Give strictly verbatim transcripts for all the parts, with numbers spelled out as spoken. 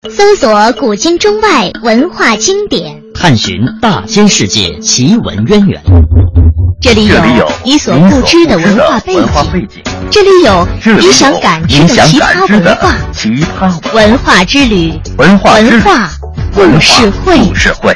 搜索古今中外文化经典， 探寻大千世界奇闻渊源。 这里有你所不知的文化背景，这里有你想感知的奇葩文化。 奇葩文化之旅， 文化文化故事会。 故事会。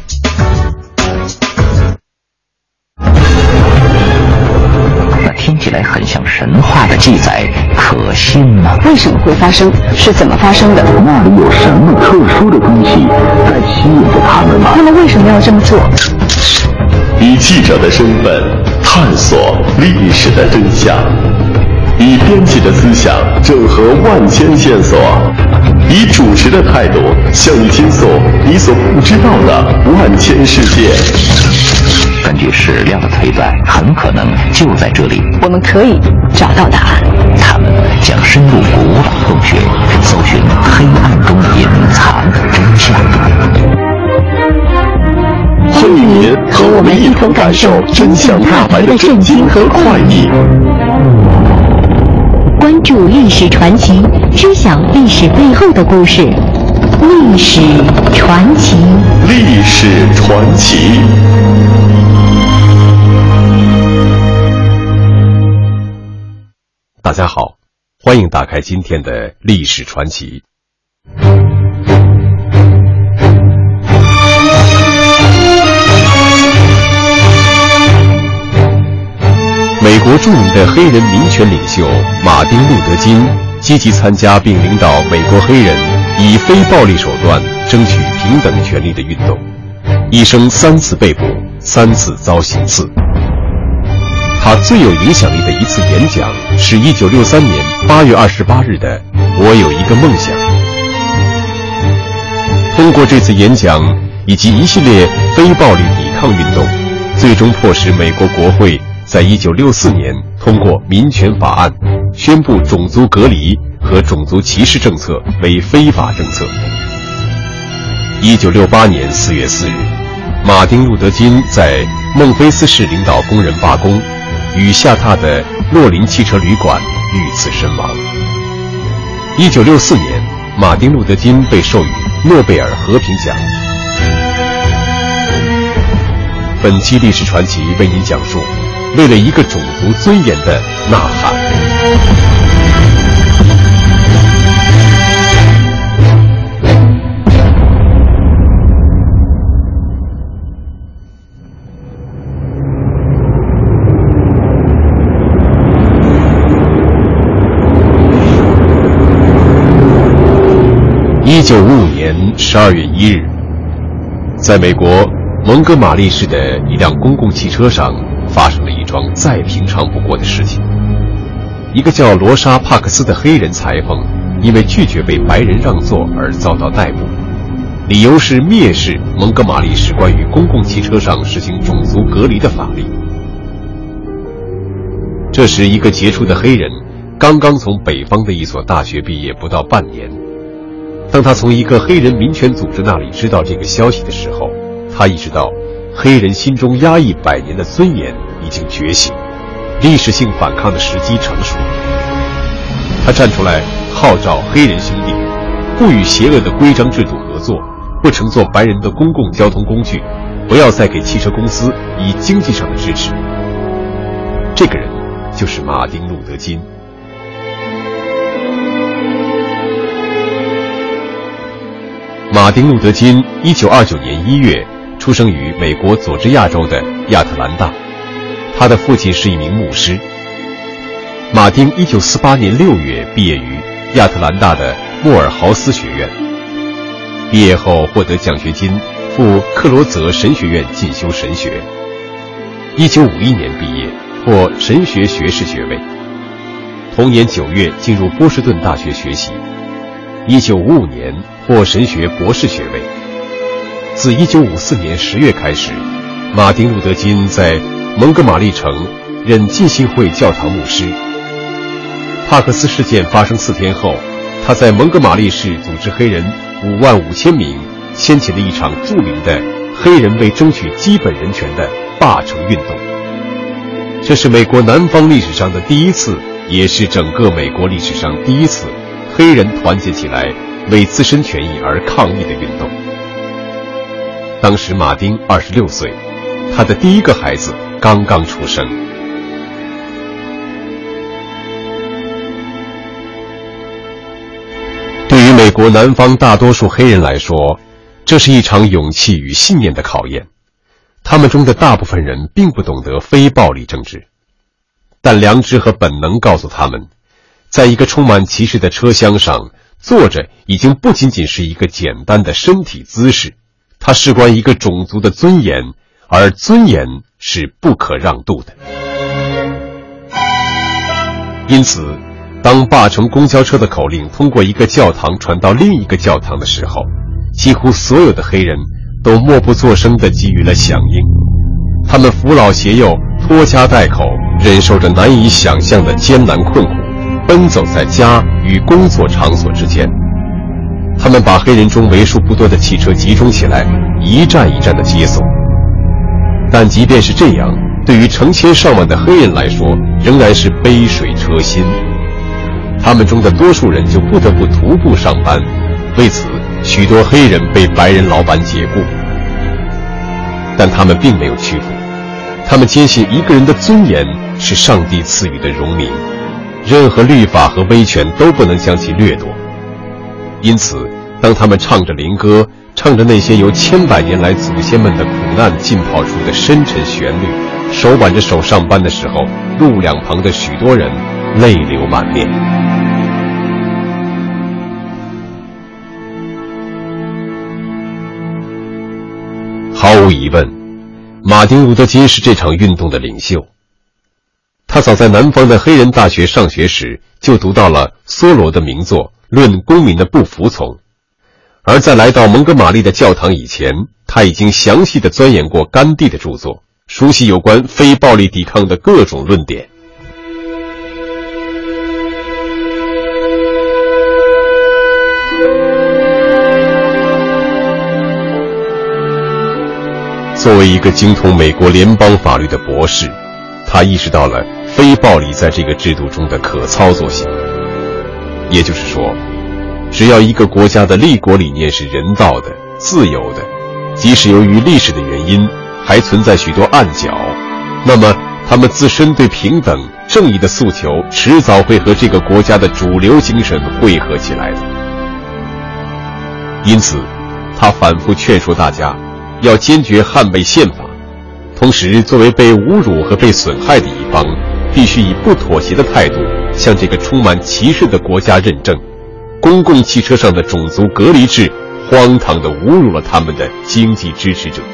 那听起来很像神话的记载，可信吗？ 为什么会发生？是怎么发生的？ 那里有什么特殊的东西在吸引着他们吗？ 他们为什么要这么做？ 以记者的身份探索历史的真相，以编辑的思想整合万千线索，以主持的态度向你倾诉你所不知道的万千世界。 根据史料的推断，很可能就在这里， 我们可以找到答案。 他们将深入古老洞穴，搜寻黑暗中隐藏的真相。 欢迎您和我们一同感受真相大白的震惊和快意。 关注历史传奇，知晓历史背后的故事。历史传奇， 历史传奇。 大家好，欢迎打开今天的历史传奇。美国著名的黑人民权领袖马丁·路德·金积极参加并领导美国黑人以非暴力手段争取平等权利的运动，一生三次被捕，三次遭行刺。他最有影响力的一次演讲是一九六三年八月二十八日的“我有一个梦想”。通过这次演讲以及一系列非暴力抵抗运动，最终迫使美国国会在一九六四年通过民权法案，宣布种族隔离和种族歧视政策为非法政策。一九六八年四月四日，马丁·路德·金在孟菲斯市领导工人罢工，与下榻的洛林汽车旅馆遇刺身亡。一九六四年，马丁·路德·金被授予诺贝尔和平奖。本期历史传奇为您讲述为了一个种族尊严的呐喊。一九五五年十二月一日，在美国蒙哥马利市的一辆公共汽车上发生了一桩再平常不过的事情。一个叫罗莎·帕克斯的黑人裁缝因为拒绝被白人让座而遭到逮捕，理由是蔑视蒙哥马利市关于公共汽车上实行种族隔离的法律。这时，一个杰出的黑人刚刚从北方的一所大学毕业不到半年。当他从一个黑人民权组织那里知道这个消息的时候，他意识到黑人心中压抑百年的尊严已经觉醒，历史性反抗的时机成熟。他站出来号召黑人兄弟不与邪恶的规章制度合作，不乘坐白人的公共交通工具，不要再给汽车公司以经济上的支持。这个人就是马丁·路德·金。马丁·路德·金一九二九年一月出生于美国佐治亚州的亚特兰大，他的父亲是一名牧师。马丁一九四八年六月毕业于亚特兰大的莫尔豪斯学院，毕业后获得奖学金赴克罗泽神学院进修神学。一九五一年毕业，获神学学士学位。同年九月进入波士顿大学学习。一九五五年获神学博士学位。自一九五四年十月开始，马丁·路德·金在蒙哥马利城任浸信会教堂牧师。帕克斯事件发生四天后，他在蒙哥马利市组织黑人五万五千名，掀起了一场著名的黑人为争取基本人权的罢城运动。这是美国南方历史上的第一次，也是整个美国历史上第一次黑人团结起来为自身权益而抗议的运动。当时马丁二十六岁，他的第一个孩子刚刚出生。对于美国南方大多数黑人来说，这是一场勇气与信念的考验。他们中的大部分人并不懂得非暴力政治，但良知和本能告诉他们，在一个充满歧视的车厢上坐着已经不仅仅是一个简单的身体姿势，它事关一个种族的尊严，而尊严是不可让渡的。因此，当罢乘公交车的口令通过一个教堂传到另一个教堂的时候，几乎所有的黑人都默不作声地给予了响应。他们扶老携幼，拖家带口，忍受着难以想象的艰难困苦，奔走在家与工作场所之间。他们把黑人中为数不多的汽车集中起来，一站一站地接送。但即便是这样，对于成千上万的黑人来说，仍然是杯水车薪。他们中的多数人就不得不徒步上班，为此许多黑人被白人老板解雇。但他们并没有屈服，他们坚信一个人的尊严是上帝赐予的荣名，任何律法和威权都不能将其掠夺。因此，当他们唱着灵歌，唱着那些由千百年来祖先们的苦难浸泡出的深沉旋律，手挽着手上班的时候，路两旁的许多人泪流满面。毫无疑问，马丁·路德·金是这场运动的领袖。他早在南方的黑人大学上学时就读到了梭罗的名作《论公民的不服从》，而在来到蒙哥马利的教堂以前，他已经详细地钻研过甘地的著作，熟悉有关非暴力抵抗的各种论点。作为一个精通美国联邦法律的博士，他意识到了非暴力在这个制度中的可操作性。也就是说，只要一个国家的立国理念是人道的、自由的，即使由于历史的原因还存在许多暗角，那么他们自身对平等、正义的诉求迟早会和这个国家的主流精神汇合起来的。因此，他反复劝说大家要坚决捍卫宪法，同时作为被侮辱和被损害的一方，必须以不妥协的态度向这个充满歧视的国家认证，公共汽车上的种族隔离制荒唐地侮辱了他们的经济支持者。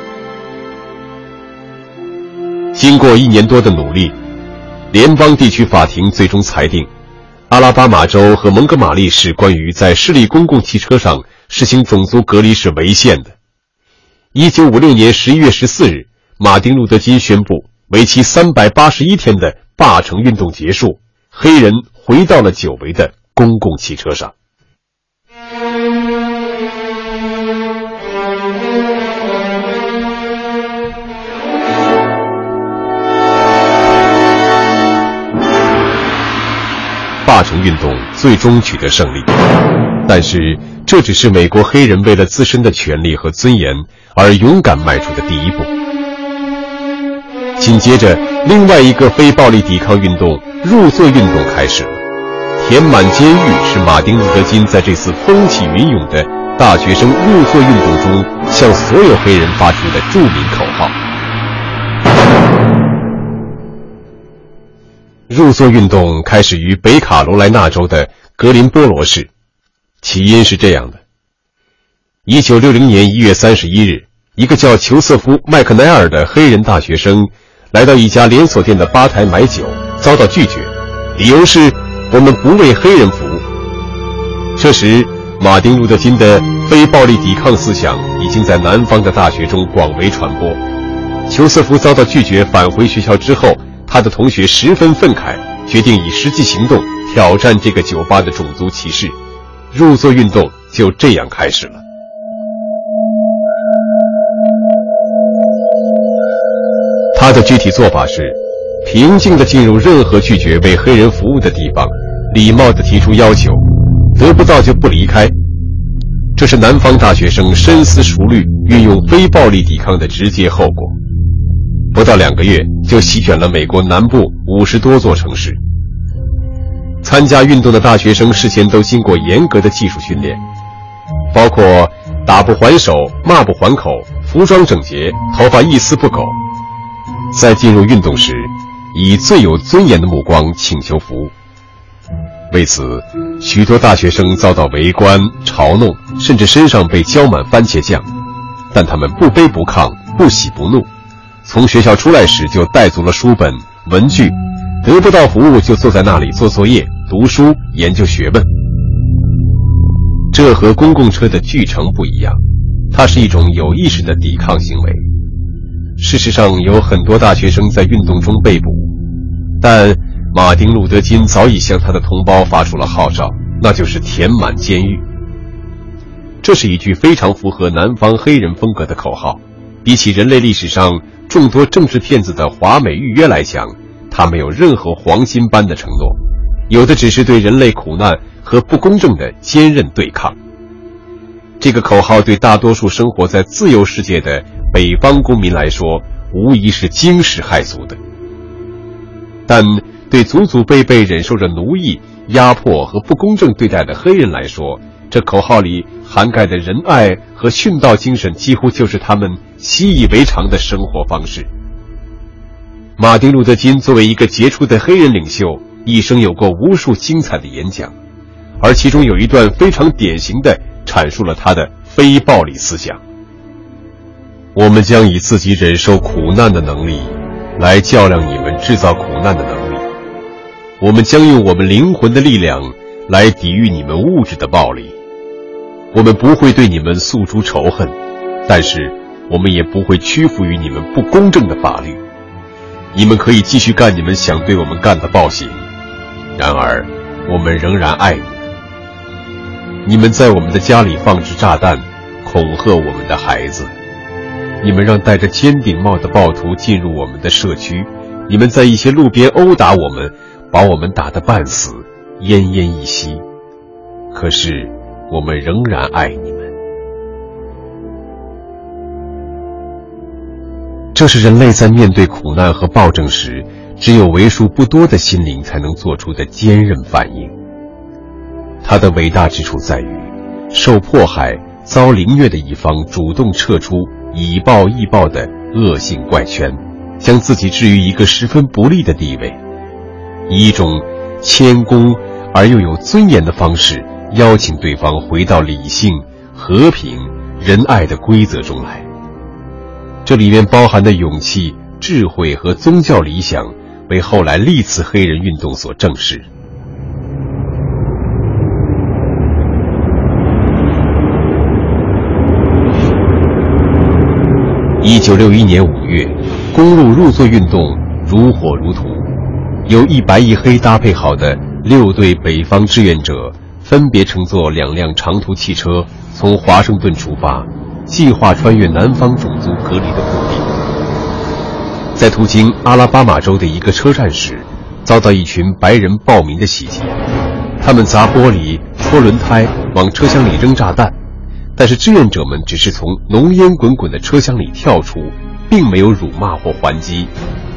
经过一年多的努力，联邦地区法庭最终裁定，阿拉巴马州和蒙哥马利市关于在市立公共汽车上实行种族隔离是违宪的。一九五六年十一月十四日，马丁·路德·金宣布，为期三百八十一天的罢乘运动结束，黑人回到了久违的公共汽车上。罢乘运动最终取得胜利，但是这只是美国黑人为了自身的权利和尊严而勇敢迈出的第一步。紧接着，另外一个非暴力抵抗运动——入座运动开始了。填满监狱是马丁·路德·金在这次风起云涌的大学生入座运动中向所有黑人发出的著名口号。入座运动开始于北卡罗来纳州的格林波罗市，起因是这样的：一九六零年一月三十一日，一个叫裘瑟夫·麦克奈尔的黑人大学生来到一家连锁店的吧台买酒，遭到拒绝，理由是我们不为黑人服务。这时，马丁·路德·金的非暴力抵抗思想已经在南方的大学中广为传播。裘瑟夫遭到拒绝，返回学校之后，他的同学十分愤慨，决定以实际行动挑战这个酒吧的种族歧视。入座运动就这样开始了。他的具体做法是平静地进入任何拒绝为黑人服务的地方，礼貌地提出要求，得不到就不离开， 这是南方大学生深思熟虑运用非暴力抵抗的直接后果。不到两个月就席卷了美国南部五十多座城市。参加运动的大学生事先都经过严格的技术训练，包括打不还手、骂不还口、服装整洁、头发一丝不苟。在进入运动时，以最有尊严的目光请求服务。为此，许多大学生遭到围观、嘲弄，甚至身上被浇满番茄酱，但他们不卑不亢，不喜不怒。从学校出来时就带足了书本、文具，得不到服务就坐在那里做作业、读书、研究学问。这和公共车的拒乘不一样，它是一种有意识的抵抗行为。事实上，有很多大学生在运动中被捕，但马丁·路德·金早已向他的同胞发出了号召，那就是填满监狱。这是一句非常符合南方黑人风格的口号，比起人类历史上众多政治骗子的华美预约来讲，它没有任何黄金般的承诺，有的只是对人类苦难和不公正的坚韧对抗。这个口号对大多数生活在自由世界的北方公民来说，无疑是惊世骇俗的。但对祖祖辈辈忍受着奴役、压迫和不公正对待的黑人来说，这口号里涵盖的仁爱和殉道精神几乎就是他们习以为常的生活方式。马丁·路德·金作为一个杰出的黑人领袖，一生有过无数精彩的演讲，而其中有一段非常典型的阐述了他的非暴力思想。我们将以自己忍受苦难的能力来较量你们制造苦难的能力，我们将用我们灵魂的力量来抵御你们物质的暴力。我们不会对你们诉诸仇恨，但是我们也不会屈服于你们不公正的法律。你们可以继续干你们想对我们干的暴行，然而我们仍然爱你们。你们在我们的家里放置炸弹，恐吓我们的孩子。你们让戴着尖顶帽的暴徒进入我们的社区，你们在一些路边殴打我们，把我们打得半死，奄奄一息。可是我们仍然爱你们。这是人类在面对苦难和暴政时，只有为数不多的心灵才能做出的坚韧反应。它的伟大之处在于，受迫害、遭凌虐的一方主动撤出以暴易暴的恶性怪圈，将自己置于一个十分不利的地位，以一种谦恭而又有尊严的方式邀请对方回到理性、和平、仁爱的规则中来。这里面包含的勇气、智慧和宗教理想，为后来历次黑人运动所证实。一九六一年五月，公路入座运动如火如荼，由一白一黑搭配好的六队北方志愿者分别乘坐两辆长途汽车从华盛顿出发，计划穿越南方种族隔离的腹地。在途经阿拉巴马州的一个车站时，遭到一群白人暴民的袭击，他们砸玻璃、戳轮胎，往车厢里扔炸弹，但是志愿者们只是从浓烟滚滚的车厢里跳出，并没有辱骂或还击。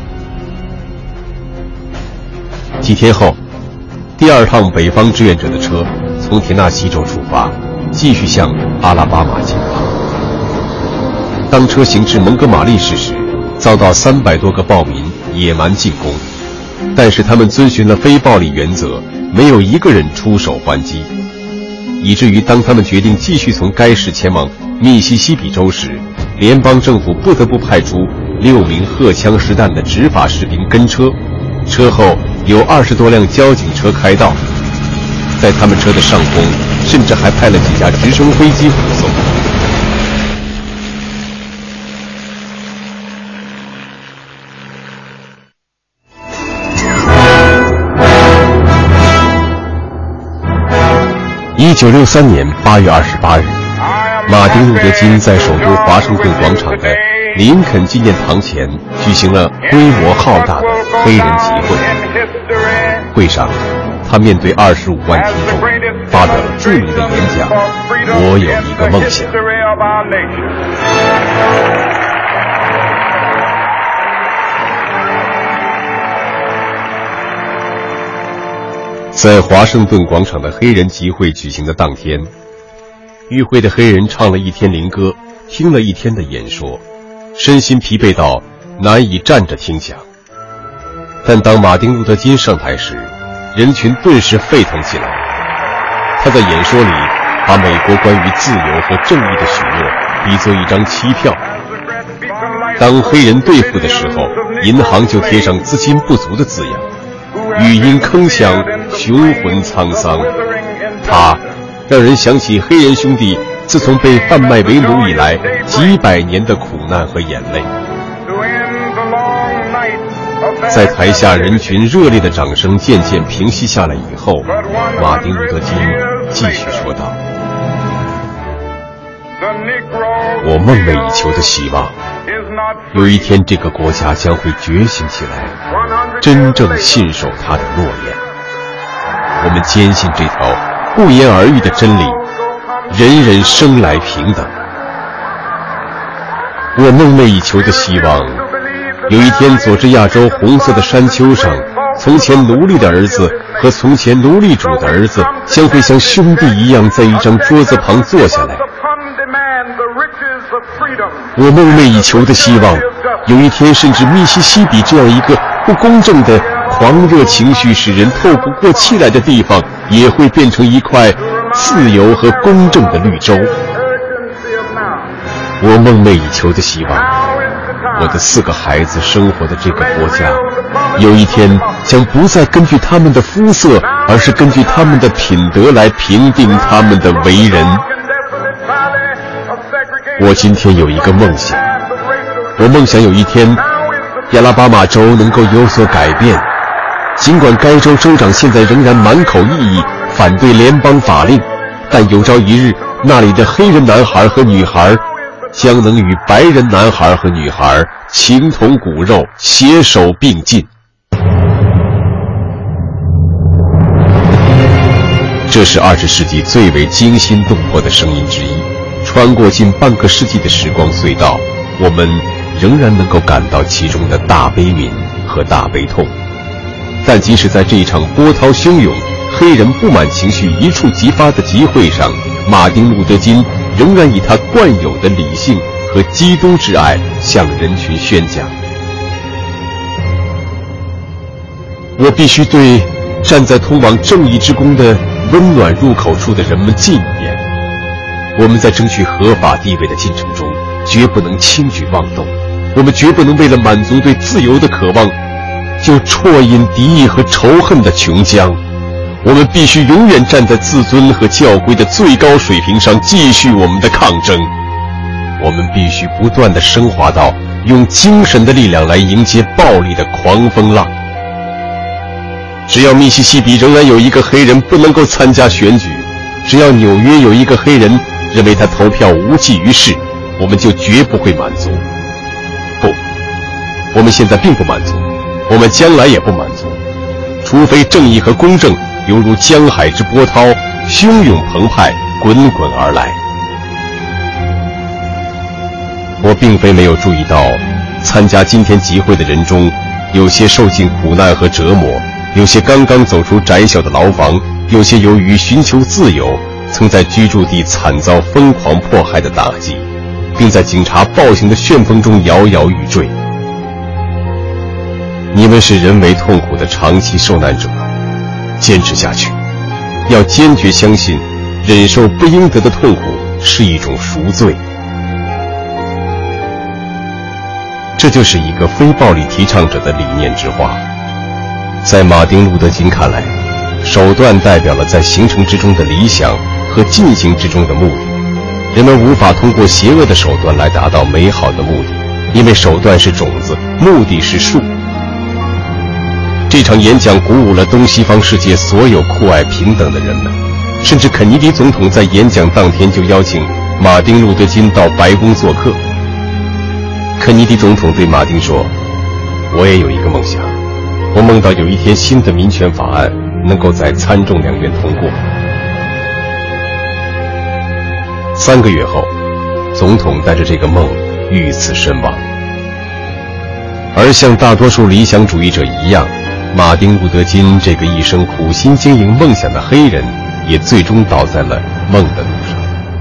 几天后，第二趟北方志愿者的车从田纳西州出发，继续向阿拉巴马进发。当车行至蒙哥马利市时，遭到三百多个暴民野蛮进攻，但是他们遵循了非暴力原则，没有一个人出手还击，以至于当他们决定继续从该市前往密西西比州时，联邦政府不得不派出六名荷枪实弹的执法士兵跟车，车后有二十多辆交警车开道，在他们车的上空甚至还派了几架直升飞机护送。一九六三年八月二十八日，马丁·路德·金在首都华盛顿广场的林肯纪念堂前举行了规模浩大的黑人集会。会上， 他面对二十五万听众发表了著名的演讲：“我有一个梦想。”在华盛顿广场的黑人集会举行的当天，与会的黑人唱了一天灵歌，听了一天的演说，身心疲惫到难以站着听讲。但当马丁·路德·金上台时，人群顿时沸腾起来。他在演说里把美国关于自由和正义的许诺比作一张期票。当黑人兑付的时候，银行就贴上资金不足的字样，语音铿锵，雄浑沧桑。他让人想起黑人兄弟自从被贩卖为奴以来几百年的苦难和眼泪。在台下人群热烈的掌声渐渐平息下来以后，马丁·路德·金继续说道：“我梦寐以求的希望，有一天这个国家将会觉醒起来，真正信守他的诺言。我们坚信这条不言而喻的真理：人人生来平等。我梦寐以求的希望，有一天佐治亚州红色的山丘上，从前奴隶的儿子和从前奴隶主的儿子将会像兄弟一样在一张桌子旁坐下来。我梦寐以求的希望，有一天甚至密西西比这样一个不公正的狂热情绪使人透不过气来的地方，也会变成一块自由和公正的绿洲。我梦寐以求的希望，我的四个孩子生活的这个国家，有一天将不再根据他们的肤色，而是根据他们的品德来评定他们的为人。我今天有一个梦想，我梦想有一天亚拉巴马州能够有所改变，尽管该州州长现在仍然满口异议，反对联邦法令，但有朝一日那里的黑人男孩和女孩将能与白人男孩和女孩情同骨肉，携手并进。这是二十世纪最为惊心动魄的声音之一。穿过近半个世纪的时光隧道，我们仍然能够感到其中的大悲悯和大悲痛。但即使在这一场波涛汹涌、黑人不满情绪一触即发的集会上，马丁·路德·金仍然以他惯有的理性和基督之爱向人群宣讲：我必须对站在通往正义之宫的温暖入口处的人们进言，我们在争取合法地位的进程中绝不能轻举妄动，我们绝不能为了满足对自由的渴望就啜饮敌意和仇恨的琼浆。我们必须永远站在自尊和教规的最高水平上继续我们的抗争。我们必须不断地升华到用精神的力量来迎接暴力的狂风浪。只要密西西比仍然有一个黑人不能够参加选举，只要纽约有一个黑人认为他投票无济于事，我们就绝不会满足。不，我们现在并不满足，我们将来也不满足，除非正义和公正犹如江海之波涛，汹涌澎湃，滚滚而来。我并非没有注意到，参加今天集会的人中，有些受尽苦难和折磨，有些刚刚走出窄小的牢房，有些由于寻求自由，曾在居住地惨遭疯狂迫害的打击，并在警察暴行的旋风中摇摇欲坠。你们是人为痛苦的长期受难者，坚持下去，要坚决相信忍受不应得的痛苦是一种赎罪。这就是一个非暴力提倡者的理念之话。在马丁·路德·金看来，手段代表了在形成之中的理想和进行之中的目的。人们无法通过邪恶的手段来达到美好的目的，因为手段是种子，目的是树。这场演讲鼓舞了东西方世界所有酷爱平等的人们，甚至肯尼迪总统在演讲当天就邀请马丁·路德·金到白宫做客。肯尼迪总统对马丁说：“我也有一个梦想，我梦到有一天新的民权法案能够在参众两院通过。三个月后，总统带着这个梦遇刺身亡。而像大多数理想主义者一样，马丁·路德·金这个一生苦心经营梦想的黑人，也最终倒在了梦的路上。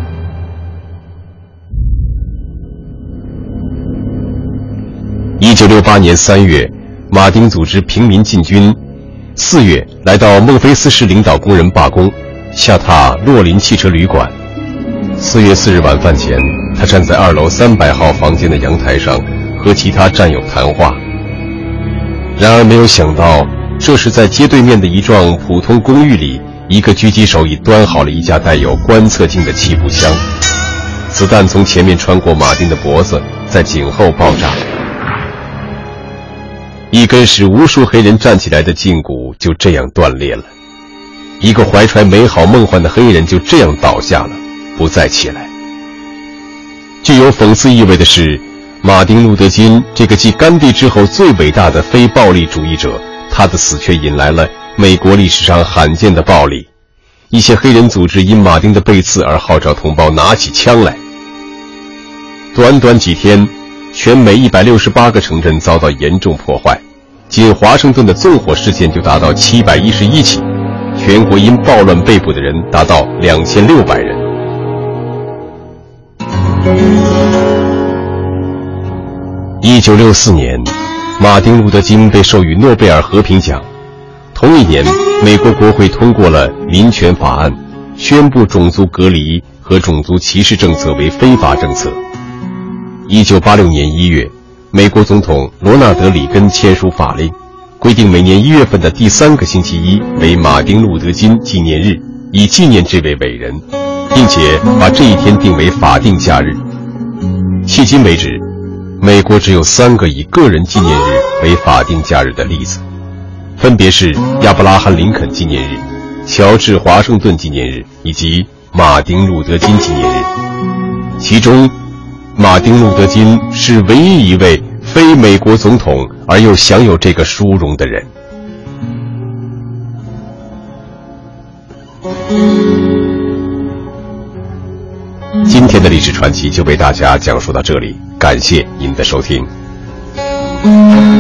一九六八年三月，马丁组织平民进军，四月来到孟菲斯市领导工人罢工，下榻洛林汽车旅馆。四月四日晚饭前，他站在二楼三百号房间的阳台上和其他战友谈话。然而没有想到，这是在街对面的一幢普通公寓里，一个狙击手已端好了一架带有观测镜的气步枪，子弹从前面穿过马丁的脖子，在颈后爆炸，一根使无数黑人站起来的胫骨就这样断裂了，一个怀揣美好梦幻的黑人就这样倒下了，不再起来。具有讽刺意味的是，马丁·路德·金这个继甘地之后最伟大的非暴力主义者，他的死却引来了美国历史上罕见的暴力。一些黑人组织因马丁的被刺而号召同胞拿起枪来。短短几天，全美一百六十八个城镇遭到严重破坏，仅华盛顿的纵火事件就达到七百一十一起，全国因暴乱被捕的人达到两千六百人。一九六四年，马丁·路德·金被授予诺贝尔和平奖。同一年，美国国会通过了民权法案，宣布种族隔离和种族歧视政策为非法政策。一九八六年一月，美国总统罗纳德·里根签署法令，规定每年一月份的第三个星期一为马丁·路德·金纪念日，以纪念这位伟人，并且把这一天定为法定假日。迄今为止，美国只有三个以个人纪念日为法定假日的例子，分别是亚伯拉罕·林肯纪念日、乔治·华盛顿纪念日以及马丁·路德·金纪念日。其中，马丁·路德·金是唯一一位非美国总统而又享有这个殊荣的人。今天的历史传奇就为大家讲述到这里，感谢您的收听。